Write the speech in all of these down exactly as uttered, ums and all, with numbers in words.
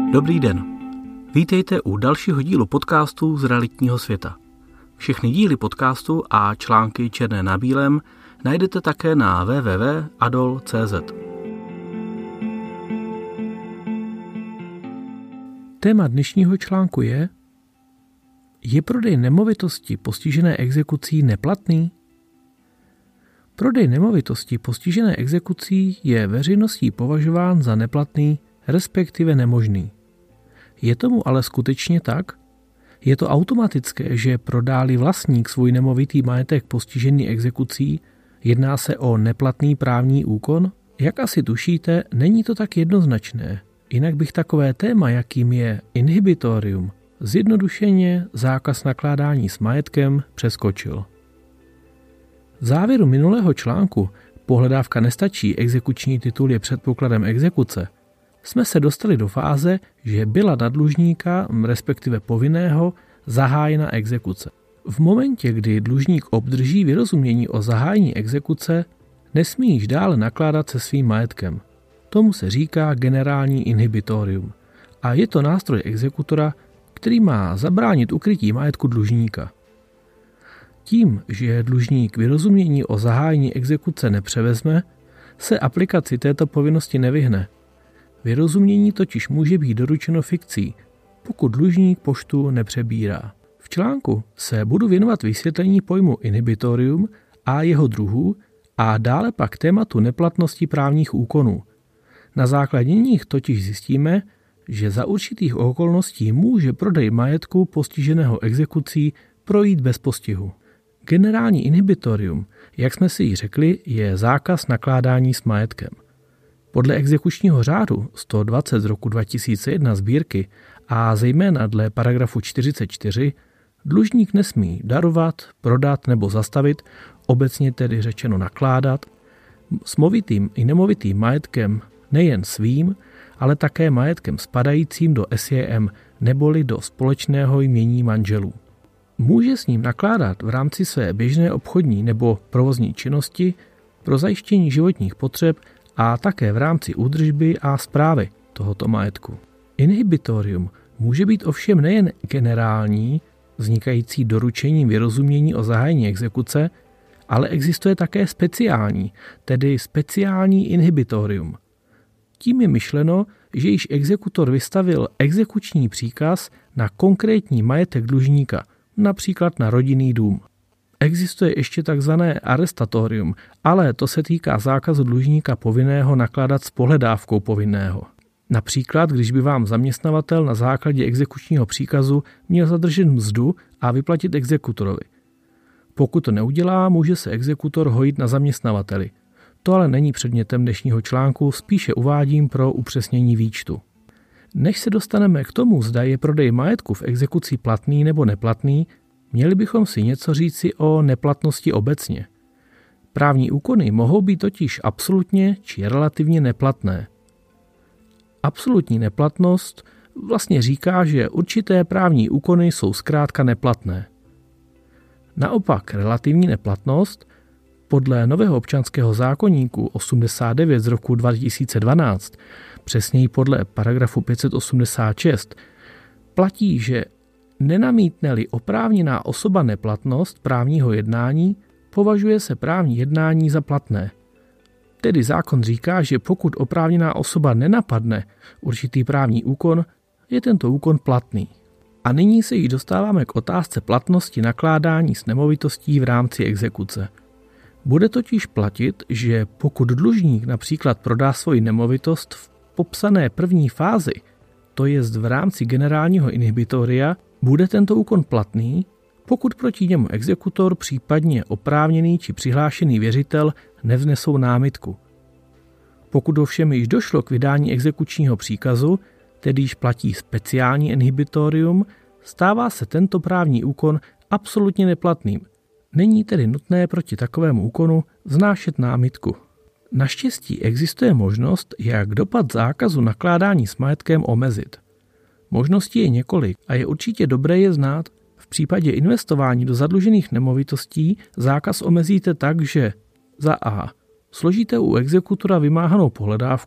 Dobrý den. Vítejte u dalšího dílu podcastu z realitního světa. Všechny díly podcastu a články černé na bílém najdete také na w w w tečka adol tečka c z. Téma dnešního článku je: je prodej nemovitosti postižené exekucí neplatný? Prodej nemovitosti postižené exekucí je veřejností považován za neplatný, respektive nemožný. Je tomu ale skutečně tak? Je to automatické, že prodá-li vlastník svůj nemovitý majetek postižený exekucí, jedná se o neplatný právní úkon? Jak asi tušíte, není to tak jednoznačné. Jinak bych takové téma, jakým je inhibitorium, zjednodušeně zákaz nakládání s majetkem, přeskočil. V závěru minulého článku Pohledávka nestačí, exekuční titul je předpokladem exekuce, jsme se dostali do fáze, že byla na dlužníka, respektive povinného, zahájena exekuce. V momentě, kdy dlužník obdrží vyrozumění o zahájení exekuce, nesmí již dále nakládat se svým majetkem. Tomu se říká generální inhibitorium a je to nástroj exekutora, který má zabránit ukrytí majetku dlužníka. Tím, že dlužník vyrozumění o zahájení exekuce nepřevezme, se aplikaci této povinnosti nevyhne. Vyrozumění totiž může být doručeno fikcí, pokud dlužník poštu nepřebírá. V článku se budu věnovat vysvětlení pojmu inhibitorium a jeho druhů a dále pak tématu neplatnosti právních úkonů. Na základě nich totiž zjistíme, že za určitých okolností může prodej majetku postiženého exekucí projít bez postihu. Generální inhibitorium, jak jsme si ji řekli, je zákaz nakládání s majetkem. Podle exekučního řádu sto dvacet z roku dva tisíce jedna sbírky a zejména dle paragrafu čtyřicet čtyři dlužník nesmí darovat, prodat nebo zastavit, obecně tedy řečeno nakládat, s movitým i nemovitým majetkem nejen svým, ale také majetkem spadajícím do S J M neboli do společného jmění manželů. Může s ním nakládat v rámci své běžné obchodní nebo provozní činnosti pro zajištění životních potřeb a také v rámci údržby a správy tohoto majetku. Inhibitorium může být ovšem nejen generální, vznikající doručením vyrozumění o zahájení exekuce, ale existuje také speciální, tedy speciální inhibitorium. Tím je myšleno, že již exekutor vystavil exekuční příkaz na konkrétní majetek dlužníka, například na rodinný dům. Existuje ještě takzvané arrestatorium, ale to se týká zákazu dlužníka povinného nakládat s pohledávkou povinného. Například, když by vám zaměstnavatel na základě exekučního příkazu měl zadržet mzdu a vyplatit exekutorovi. Pokud to neudělá, může se exekutor hojit na zaměstnavateli. To ale není předmětem dnešního článku, spíše uvádím pro upřesnění výčtu. Než se dostaneme k tomu, zda je prodej majetku v exekuci platný nebo neplatný, měli bychom si něco říci o neplatnosti obecně. Právní úkony mohou být totiž absolutně či relativně neplatné. Absolutní neplatnost vlastně říká, že určité právní úkony jsou zkrátka neplatné. Naopak relativní neplatnost podle nového občanského zákoníku osmdesát devět z roku dva tisíce dvanáct, přesněji podle paragrafu pět set osmdesát šest, platí, že nenamítne-li oprávněná osoba neplatnost právního jednání, považuje se právní jednání za platné. Tedy zákon říká, že pokud oprávněná osoba nenapadne určitý právní úkon, je tento úkon platný. A nyní se již dostáváme k otázce platnosti nakládání s nemovitostí v rámci exekuce. Bude totiž platit, že pokud dlužník například prodá svoji nemovitost v popsané první fázi, to jest v rámci generálního inhibitoria, bude tento úkon platný, pokud proti němu exekutor, případně oprávněný či přihlášený věřitel nevznesou námitku. Pokud ovšem již došlo k vydání exekučního příkazu, tedy již platí speciální inhibitorium, stává se tento právní úkon absolutně neplatným. Není tedy nutné proti takovému úkonu vznášet námitku. Naštěstí existuje možnost, jak dopad zákazu nakládání s majetkem omezit. Možností je několik a je určitě dobré je znát. V případě investování do zadlužených nemovitostí zákaz omezíte tak, že za A. složíte u exekutora vymáhanou pohledávku,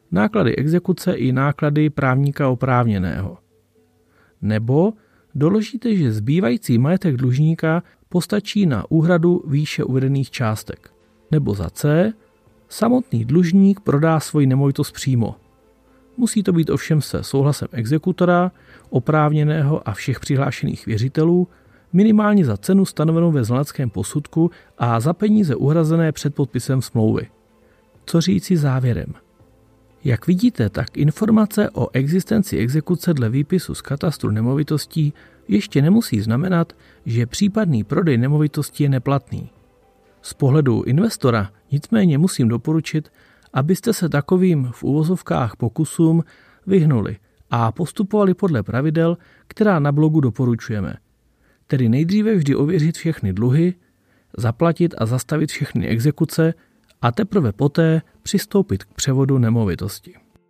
náklady exekuce i náklady právníka oprávněného. Nebo doložíte, že zbývající majetek dlužníka postačí na úhradu výše uvedených částek. Nebo za C, samotný dlužník prodá svoji nemovitost přímo. Musí to být ovšem se souhlasem exekutora, oprávněného a všech přihlášených věřitelů, minimálně za cenu stanovenou ve znaleckém posudku a za peníze uhrazené před podpisem smlouvy. Co říci závěrem? Jak vidíte, tak informace o existenci exekuce dle výpisu z katastru nemovitostí ještě nemusí znamenat, že případný prodej nemovitosti je neplatný. Z pohledu investora nicméně musím doporučit, abyste se takovým v uvozovkách pokusům vyhnuli a postupovali podle pravidel, která na blogu doporučujeme. Tedy nejdříve vždy ověřit všechny dluhy, zaplatit a zastavit všechny exekuce a teprve poté přistoupit k převodu nemovitosti.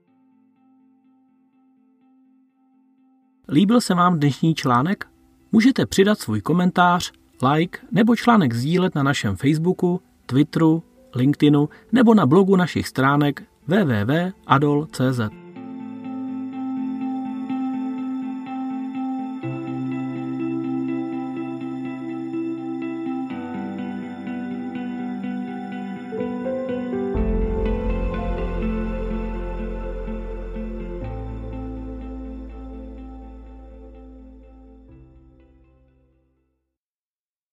Líbil se vám dnešní článek? Můžete přidat svůj komentář, like nebo článek sdílet na našem Facebooku, Twitteru, LinkedInu nebo na blogu našich stránek w w w tečka adol tečka c z.